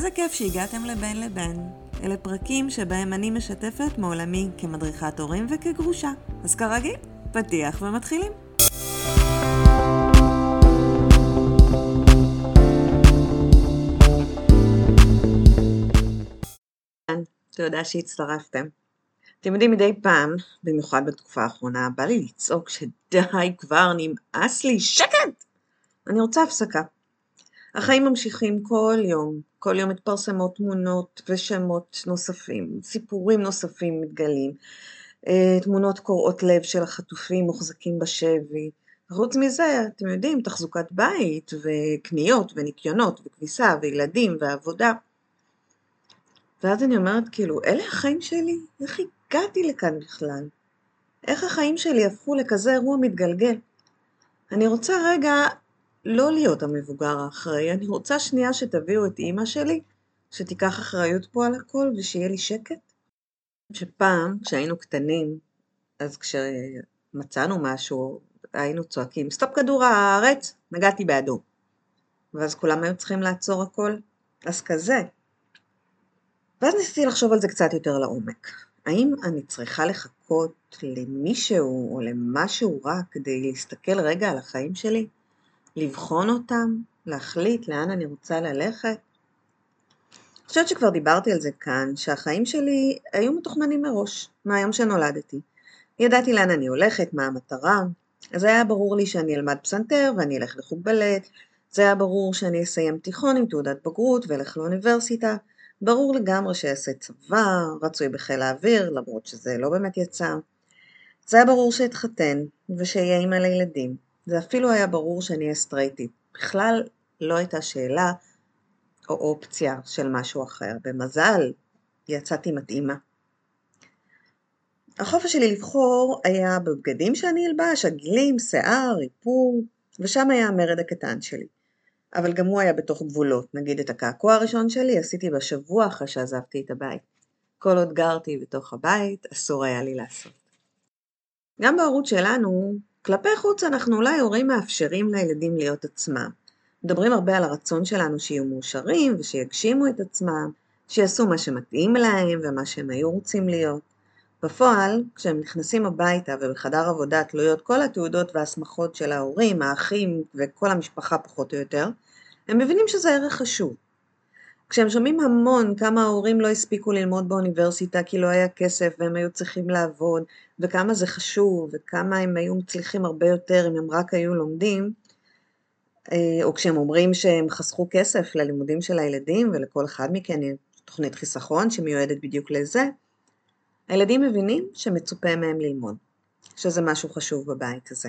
איזה כיף שהגעתם לבין לבין. אלה פרקים שבהם אני משתפת מעולמי כמדריכת הורים וכגרושה. אז כרגיל, פתיח ומתחילים. תודה שהצטרפתם. אתם יודעים, מדי פעם, במיוחד בתקופה האחרונה, בא לי לצעוק שדי כבר, נמאס לי, שקט! אני רוצה הפסקה. החיים ממשיכים כל יום מתפרסמות תמונות ושמות נוספים, סיפורים נוספים מתגלים, תמונות קורעות לב של החטופים מוחזקים בשבי. חוץ מזה, אתם יודעים, תחזוקת בית וקניות וניקיונות וכביסה וילדים ועבודה. ואז אני אומרת, כאילו, אלה החיים שלי? איך הגעתי לכאן בכלל? איך החיים שלי הפכו לכזה אירוע מתגלגל? אני רוצה רגע לא להיות המבוגר האחראי, אני רוצה שנייה שתביאו את אמא שלי, שתיקח אחריות פה על הכל ושיהיה לי שקט. שפעם, כשהיינו קטנים, אז כשמצאנו משהו, היינו צועקים, סטופ כדור הארץ, נגעתי באדום. ואז כולם היו צריכים לעצור הכל, אז כזה. ואז ניסיתי לחשוב על זה קצת יותר לעומק. האם אני צריכה לחכות למישהו או למשהו רע כדי להסתכל רגע על החיים שלי? לבחון אותם, להחליט לאן אני רוצה ללכת? אני חושבת שכבר דיברתי על זה כאן, שהחיים שלי היו מתוכננים מראש, מהיום שנולדתי. ידעתי לאן אני הולכת, מה המטרה. אז היה ברור לי שאני אלמד פסנתר ואני אלך לחוג בלט. זה היה ברור שאני אסיים תיכון עם תעודת בגרות ואלך לאוניברסיטה. ברור לגמרי שאעשה צבא, רצוי בחיל האוויר, למרות שזה לא באמת יצא. זה היה ברור שאתחתן ושיהיה אימא לילדים. זה אפילו היה ברור שאני אהיה סטרייטית. בכלל לא הייתה שאלה או אופציה של משהו אחר. במזל יצאתי מתאימה. החופש שלי לבחור היה בבגדים שאני אלבש, עגילים, שיער, איפור, ושם היה המרד הקטן שלי. אבל גם הוא היה בתוך גבולות. נגיד את הקעקוע הראשון שלי עשיתי בשבוע אחרי שעזבתי את הבית. כל עוד גרתי בתוך הבית, אסור היה לי לעשות. גם בהורות שלנו, כלפי חוץ אנחנו אולי הורים מאפשרים לילדים להיות עצמם. מדברים הרבה על הרצון שלנו שיהיו מאושרים ושיגשימו את עצמם, שיעשו מה שמתאים להם ומה שהם היו רוצים להיות. בפועל, כשהם נכנסים הביתה ובחדר עבודה תלויות כל התעודות והסמכות של ההורים, האחים וכל המשפחה פחות או יותר, הם מבינים שזה ערך חשוב. כשהם שומעים המון כמה ההורים לא הספיקו ללמוד באוניברסיטה כי לא היה כסף והם היו צריכים לעבוד, וכמה זה חשוב וכמה הם היו מצליחים הרבה יותר אם הם רק היו לומדים, או כשהם אומרים שהם חסכו כסף ללימודים של הילדים ולכל אחד מכן תוכנית חיסכון שמיועדת בדיוק לזה, הילדים מבינים שמצופה מהם ללמוד, שזה משהו חשוב בבית הזה.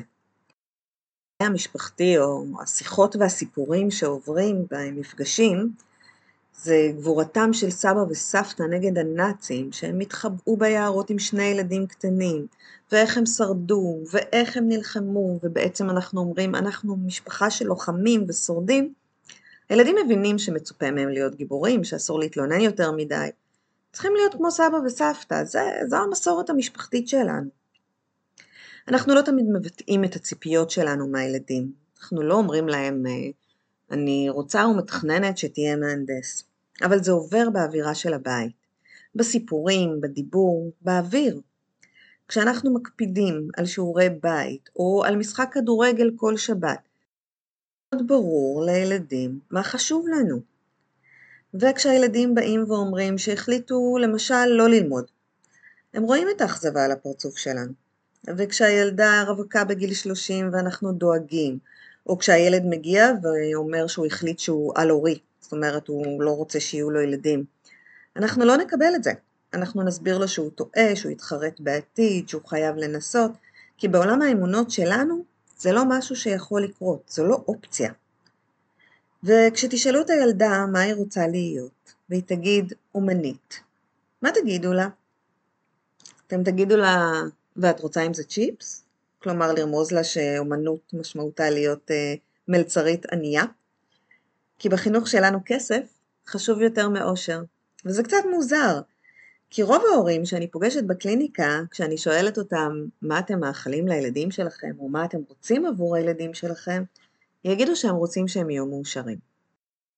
המשפחתי או השיחות והסיפורים שעוברים במפגשים, זה גבורתם של סבא וסבתא נגד הנאצים, שהם התחבאו ביערות עם שני ילדים קטנים, ואיך הם שרדו, ואיך הם נלחמו, ובעצם אנחנו אומרים, אנחנו משפחה של לוחמים ושורדים. הילדים מבינים שמצופה מהם להיות גיבורים, שאסור להתלונן יותר מדי. צריכים להיות כמו סבא וסבתא, זו המסורת המשפחתית שלנו. אנחנו לא תמיד מבטאים את הציפיות שלנו מהילדים. אנחנו לא אומרים להם, אני רוצה ומתכננת שתהיה מהנדס. אבל זה עובר באווירה של הבית. בסיפורים, בדיבור, באוויר. כשאנחנו מקפידים על שיעורי בית או על משחק כדורגל כל שבת, מאוד ברור לילדים מה חשוב לנו. וכשהילדים באים ואומרים שהחליטו למשל לא ללמוד, הם רואים את האכזבה על הפרצוף שלנו. וכשהילדה רווקה בגיל 30 ואנחנו דואגים, או כשהילד מגיע ואומר שהוא החליט שהוא על-הורי, זאת אומרת הוא לא רוצה שיהיו לו ילדים, אנחנו לא נקבל את זה. אנחנו נסביר לו שהוא טועה, שהוא יתחרט בעתיד, שהוא חייב לנסות, כי בעולם האמונות שלנו זה לא משהו שיכול לקרות, זו לא אופציה. וכשתשאלו את הילדה מה היא רוצה להיות, והיא תגיד אומנית, מה תגידו לה? אתם תגידו לה, ואת רוצה עם זה צ'יפס? כלומר לרמוז לה שאומנות משמעותה להיות מלצרית ענייה? כי בחינוך שלנו כסף חשוב יותר מאושר. וזה קצת מוזר, כי רוב ההורים שאני פוגשת בקליניקה, כשאני שואלת אותם מה אתם מאחלים לילדים שלכם, או מה אתם רוצים עבור הילדים שלכם, יגידו שהם רוצים שהם יהיו מאושרים.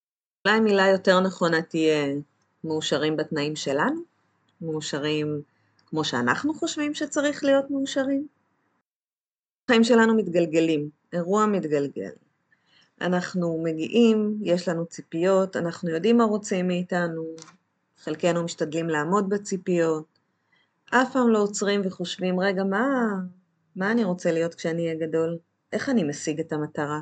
אולי מילה יותר נכונה תהיה מאושרים בתנאים שלנו, מאושרים כמו שאנחנו חושבים שצריך להיות מאושרים. החיים שלנו מתגלגלים, אירוע מתגלגל. אנחנו מגיעים, יש לנו ציפיות, אנחנו יודעים מה רוצים מאיתנו, חלקנו משתדלים לעמוד בציפיות, אף פעם לא עוצרים וחושבים, רגע, מה אני רוצה להיות כשאני אהיה גדול? איך אני משיג את המטרה?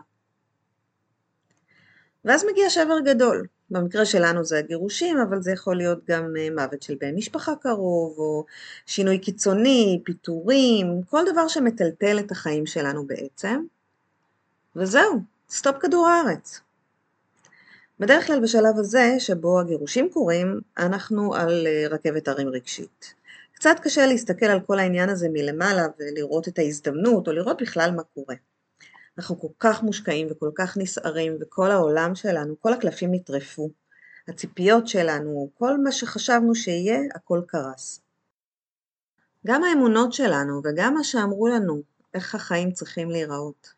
ואז מגיע שבר גדול. במקרה שלנו זה הגירושים, אבל זה יכול להיות גם מוות של בן משפחה קרוב, או שינוי קיצוני, פיטורים, כל דבר שמטלטל את החיים שלנו בעצם. וזהו, סטופ כדור הארץ. בדרך כלל בשלב הזה, שבו הגירושים קורים, אנחנו על רכבת הרים רגשית. קצת קשה להסתכל על כל העניין הזה מלמעלה ולראות את ההזדמנות, או לראות בכלל מה קורה. אנחנו כל כך מושקעים וכל כך נסערים, וכל העולם שלנו, כל הקלפים נטרפו. הציפיות שלנו, כל מה שחשבנו שיהיה, הכל קרס. גם האמונות שלנו וגם מה שאמרו לנו, איך החיים צריכים להיראות.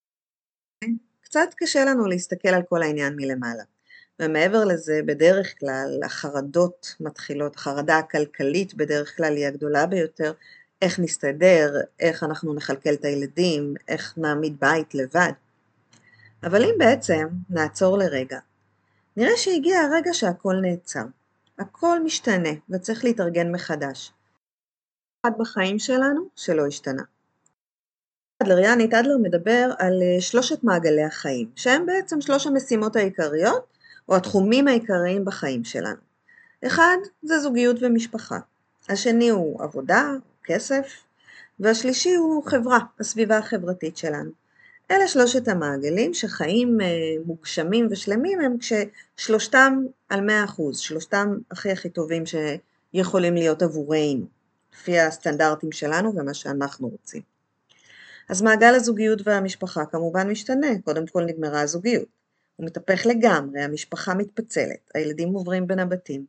קצת קשה לנו להסתכל על כל העניין מלמעלה. ומעבר לזה, בדרך כלל, החרדות מתחילות, החרדה הכלכלית בדרך כלל היא הגדולה ביותר, איך נסתדר, איך אנחנו נחלקל את הילדים, איך נעמיד בית לבד. אבל אם בעצם נעצור לרגע, נראה שהגיע הרגע שהכל נעצר. הכל משתנה וצריך להתארגן מחדש. אחד בחיים שלנו שלא השתנה. יאניק אדלר מדבר על 3 מעגלי החיים, שהם בעצם 3 המשימות העיקריות, או התחומים העיקריים בחיים שלנו. אחד זה זוגיות ומשפחה, השני הוא עבודה, כסף, והשלישי הוא חברה, הסביבה החברתית שלנו. אלה 3 המעגלים שחיים מוגשמים ושלמים הם כששלושתם על 100%, שלושתם הכי טובים שיכולים להיות עבורנו, לפי הסטנדרטים שלנו ומה שאנחנו רוצים. אז מעגל הזוגיות והמשפחה כמובן משתנה, קודם כל נגמרה הזוגיות, הוא מתהפך לגמרי, המשפחה מתפצלת, הילדים עוברים בין הבתים.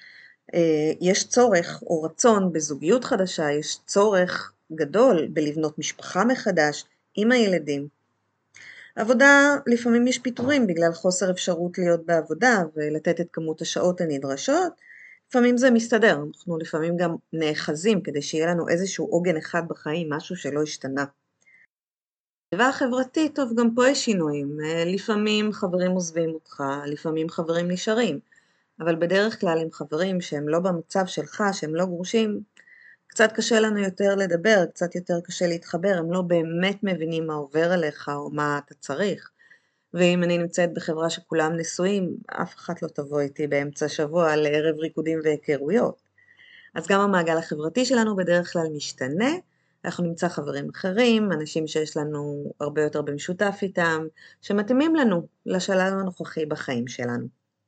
יש צורך או רצון בזוגיות חדשה, יש צורך גדול בלבנות משפחה מחדש עם הילדים. עבודה, לפעמים יש פיטורים בגלל חוסר אפשרות להיות בעבודה ולתת את כמות השעות הנדרשות, לפעמים זה מסתדר, אנחנו לפעמים גם נאחזים כדי שיהיה לנו איזשהו עוגן אחד בחיים, משהו שלא השתנה. בסביבה החברתית, טוב, גם פה יש שינויים, לפעמים חברים עוזבים אותך, לפעמים חברים נשארים, אבל בדרך כלל עם חברים שהם לא במצב שלך, שהם לא גרושים, קצת קשה לנו יותר לדבר, קצת יותר קשה להתחבר, הם לא באמת מבינים מה עובר עליך או מה אתה צריך. ואם אני נמצאת בחברה שכולם נשואים, אף אחת לא תבוא איתי באמצע שבוע לערב ריקודים והיכרויות. אז גם המעגל החברתי שלנו בדרך כלל משתנה, אנחנו נמצא חברים אחרים, אנשים שיש לנו הרבה יותר במשותף איתם, שמתאימים לנו לשלב הנוכחי בחיים שלנו.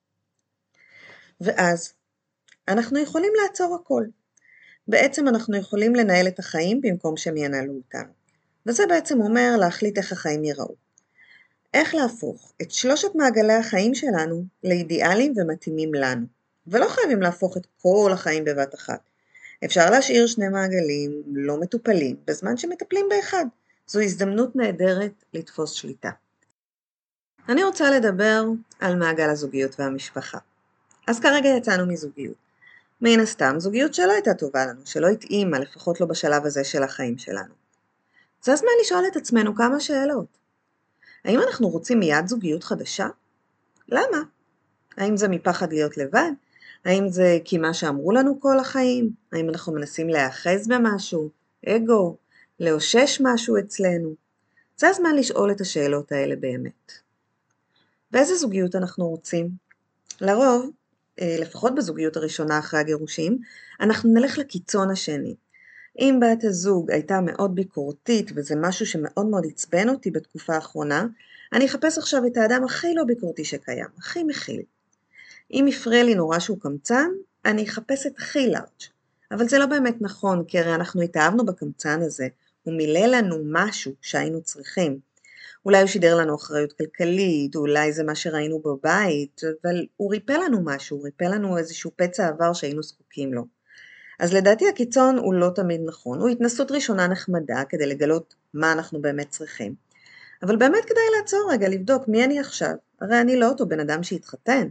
ואז אנחנו יכולים לעצור הכל. בעצם אנחנו יכולים לנהל את החיים במקום שהם ינהלו אותנו. וזה בעצם אומר להחליט איך החיים ייראו. איך להפוך את 3 מעגלי החיים שלנו לאידיאליים ומתאימים לנו. ולא חייבים להפוך את כל החיים בבת אחת. אפשר להשאיר 2 מעגלים לא מטופלים בזמן שמטפלים באחד. זו הזדמנות נהדרת לתפוס שליטה. אני רוצה לדבר על מעגל הזוגיות והמשפחה. אז כרגע יצאנו מזוגיות. מן הסתם, זוגיות שלא הייתה טובה לנו, שלא התאימה, לפחות לא בשלב הזה של החיים שלנו. זה הזמן לשאול את עצמנו כמה שאלות. האם אנחנו רוצים מיד זוגיות חדשה? למה? האם זה מפחד להיות לבד? האם זה כי מה שאמרו לנו כל החיים? האם אנחנו מנסים להאחז במשהו? אגו? לאושש משהו אצלנו? זה הזמן לשאול את השאלות האלה באמת. באיזה זוגיות אנחנו רוצים? לרוב, לפחות בזוגיות הראשונה אחרי הגירושים, אנחנו נלך לקיצון השני. אם בת הזוג הייתה מאוד ביקורתית, וזה משהו שמאוד מאוד עצבן אותי בתקופה האחרונה, אני אחפש עכשיו את האדם הכי לא ביקורתי שקיים, הכי מכיל. אם יפריע לי נורא שהוא קמצן, אני אחפש את הכי לארג'. אבל זה לא באמת נכון, כי הרי אנחנו התאהבנו בקמצן הזה, הוא מילא לנו משהו שהיינו צריכים. אולי הוא שידר לנו אחריות כלכלית, אולי זה מה שראינו בבית, אבל הוא ריפא לנו משהו, הוא ריפא לנו איזשהו פצע עבר שהיינו זקוקים לו. אז לדעתי הקיצון הוא לא תמיד נכון, הוא התנסות ראשונה נחמדה כדי לגלות מה אנחנו באמת צריכים. אבל באמת כדאי לעצור רגע, לבדוק מי אני עכשיו, הרי אני לא אותו בן אדם שהתחתן,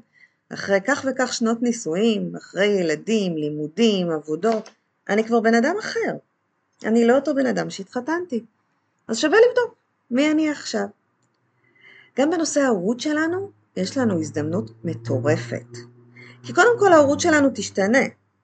אחרי כך וכך שנות נישואים, אחרי ילדים, לימודים, עבודות, אני כבר בן אדם אחר. אני לא אותו בן אדם שהתחתנתי. אז שווה לבדוק מי אני עכשיו. גם בנושא ההורות שלנו, יש לנו הזדמנות מטורפת. כי קודם כל ההורות שלנו תשתנה.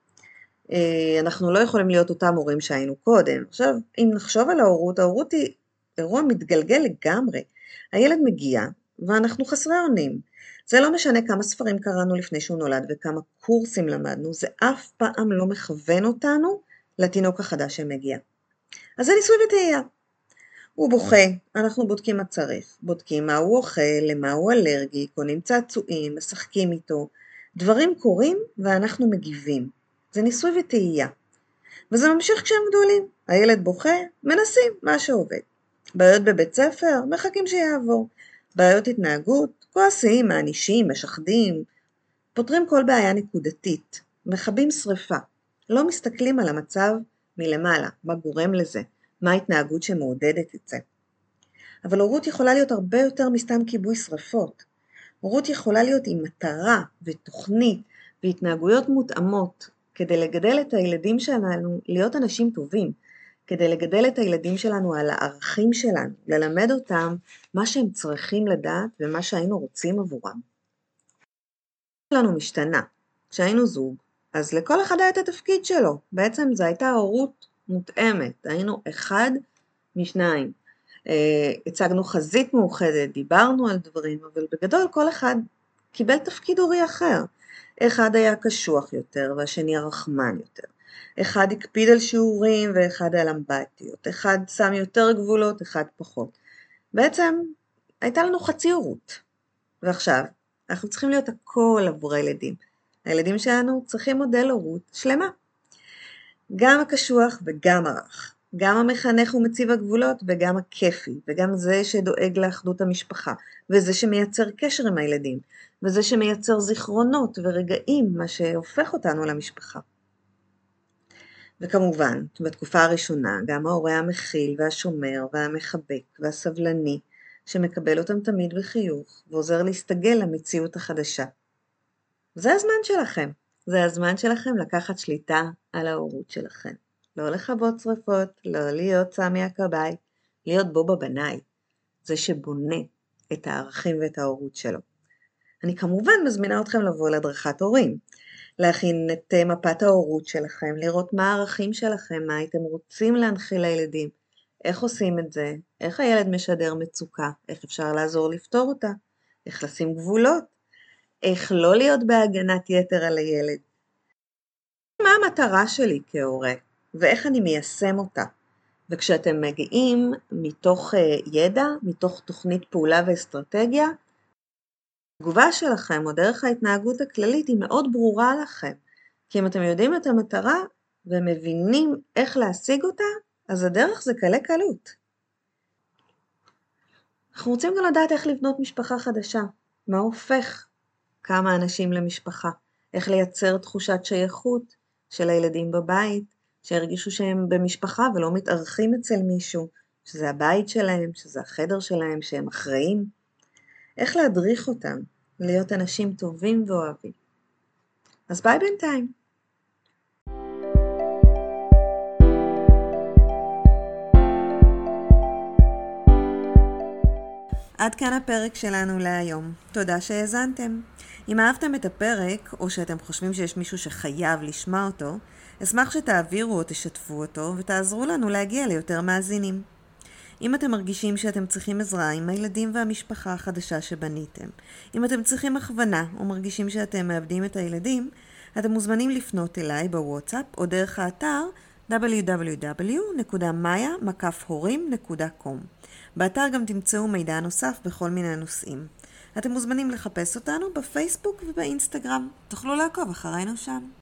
אנחנו לא יכולים להיות אותם הורים שהיינו קודם. עכשיו, אם נחשוב על ההורות, ההורות היא אירוע מתגלגל לגמרי. הילד מגיע, ואנחנו חסרי אונים. זה לא משנה כמה ספרים קראנו לפני שהוא נולד, וכמה קורסים למדנו, זה אף פעם לא מכוון אותנו לתינוק החדש שמגיע. אז זה ניסוי וטעייה. הוא בוכה, אנחנו בודקים מה צריך, בודקים מה הוא אוכל, למה הוא אלרגי, קונים צעצועים, משחקים איתו, דברים קורים ואנחנו מגיבים. זה ניסוי וטעייה. וזה ממשיך כשהם גדולים. הילד בוכה, מנסים מה שעובד. בעיות בבית ספר, מחכים שיעבור. בעיות התנהגות, כועסים, מענישים, משחדים, פותרים כל בעיה נקודתית, מכבים שריפה. לא מסתכלים על המצב מלמעלה, מה גורם לזה, מה ההתנהגות שמעודדת את זה. אבל הורות יכולה להיות הרבה יותר מסתם כיבוי שריפות. הורות יכולה להיות עם מטרה ותוכנית והתנהגויות מותאמות, כדי לגדל את הילדים שלנו להיות אנשים טובים, כדי לגדל את הילדים שלנו על הערכים שלנו, ללמד אותם מה שהם צריכים לדעת ומה שהיינו רוצים עבורם. לנו משתנה. כשהיינו זוג, אז לכל אחד היה את התפקיד שלו. בעצם זו הייתה הורות מותאמת. היינו אחד משניים. הצגנו חזית מאוחדת, דיברנו על דברים, אבל בגדול כל אחד קיבל תפקיד הורי אחר. אחד היה קשוח יותר והשני הרחמן יותר. אחד הקפיד על שיעורים ואחד על אמבטיות. אחד שם יותר גבולות, אחד פחות. בעצם הייתה לנו חצי הורות. ועכשיו, אנחנו צריכים להיות הכל עבור הילדים. הילדים שלנו צריכים מודל הורות שלמה. גם הקשוח וגם הרך. גם המחנך ומציב הגבולות וגם הכיפי. וגם זה שדואג לאחדות המשפחה. וזה שמייצר קשר עם הילדים. וזה שמייצר זיכרונות ורגעים, מה שהופך אותנו למשפחה. וכמובן, בתקופה הראשונה, גם ההורה המכיל והשומר והמחבק והסבלני, שמקבל אותם תמיד בחיוך, ועוזר להסתגל למציאות החדשה. זה הזמן שלכם. זה הזמן שלכם לקחת שליטה על ההורות שלכם. לא לכבות שרפות, לא להיות סמי הכבאי, להיות בובה בנאי. זה שבונה את הערכים ואת ההורות שלו. אני כמובן מזמינה אתכם לבוא להדרכת הורים, להכין את מפת ההורות שלכם, לראות מה הערכים שלכם, מה הייתם רוצים להנחיל לילדים, איך עושים את זה, איך הילד משדר מצוקה, איך אפשר לעזור לפתור אותה, איך לשים גבולות, איך לא להיות בהגנת יתר על הילד. מה המטרה שלי כהורה, ואיך אני מיישם אותה. וכשאתם מגיעים מתוך ידע, מתוך תוכנית פעולה ואסטרטגיה, התגובה שלכם או דרך ההתנהגות הכללית היא מאוד ברורה לכם. כי אם אתם יודעים את המטרה ומבינים איך להשיג אותה, אז הדרך זה קלה קלות. אנחנו רוצים גם לדעת איך לבנות משפחה חדשה. מה הופך כמה אנשים למשפחה? איך לייצר תחושת שייכות של הילדים בבית, שהרגישו שהם במשפחה ולא מתארחים אצל מישהו, שזה הבית שלהם, שזה החדר שלהם, שהם אחראים. איך להדריך אותם להיות אנשים טובים ואוהבים. אז ביי בינתיים. עד כאן הפרק שלנו להיום. תודה שהאזנתם. אם אהבתם את הפרק, או שאתם חושבים שיש מישהו שחייב לשמוע אותו, אשמח שתעבירו או תשתפו אותו, ותעזרו לנו להגיע ליותר מאזינים. אם אתם מרגישים שאתם צריכים עזרה עם הילדים והמשפחה החדשה שבניתם, אם אתם צריכים הכוונה או מרגישים שאתם מאבדים את הילדים, אתם מוזמנים לפנות אליי בוואטסאפ או דרך האתר www.maya-horim.com. באתר גם תמצאו מידע נוסף בכל מיני נושאים. אתם מוזמנים לחפש אותנו בפייסבוק ובאינסטגרם. תוכלו לעקוב אחרינו שם.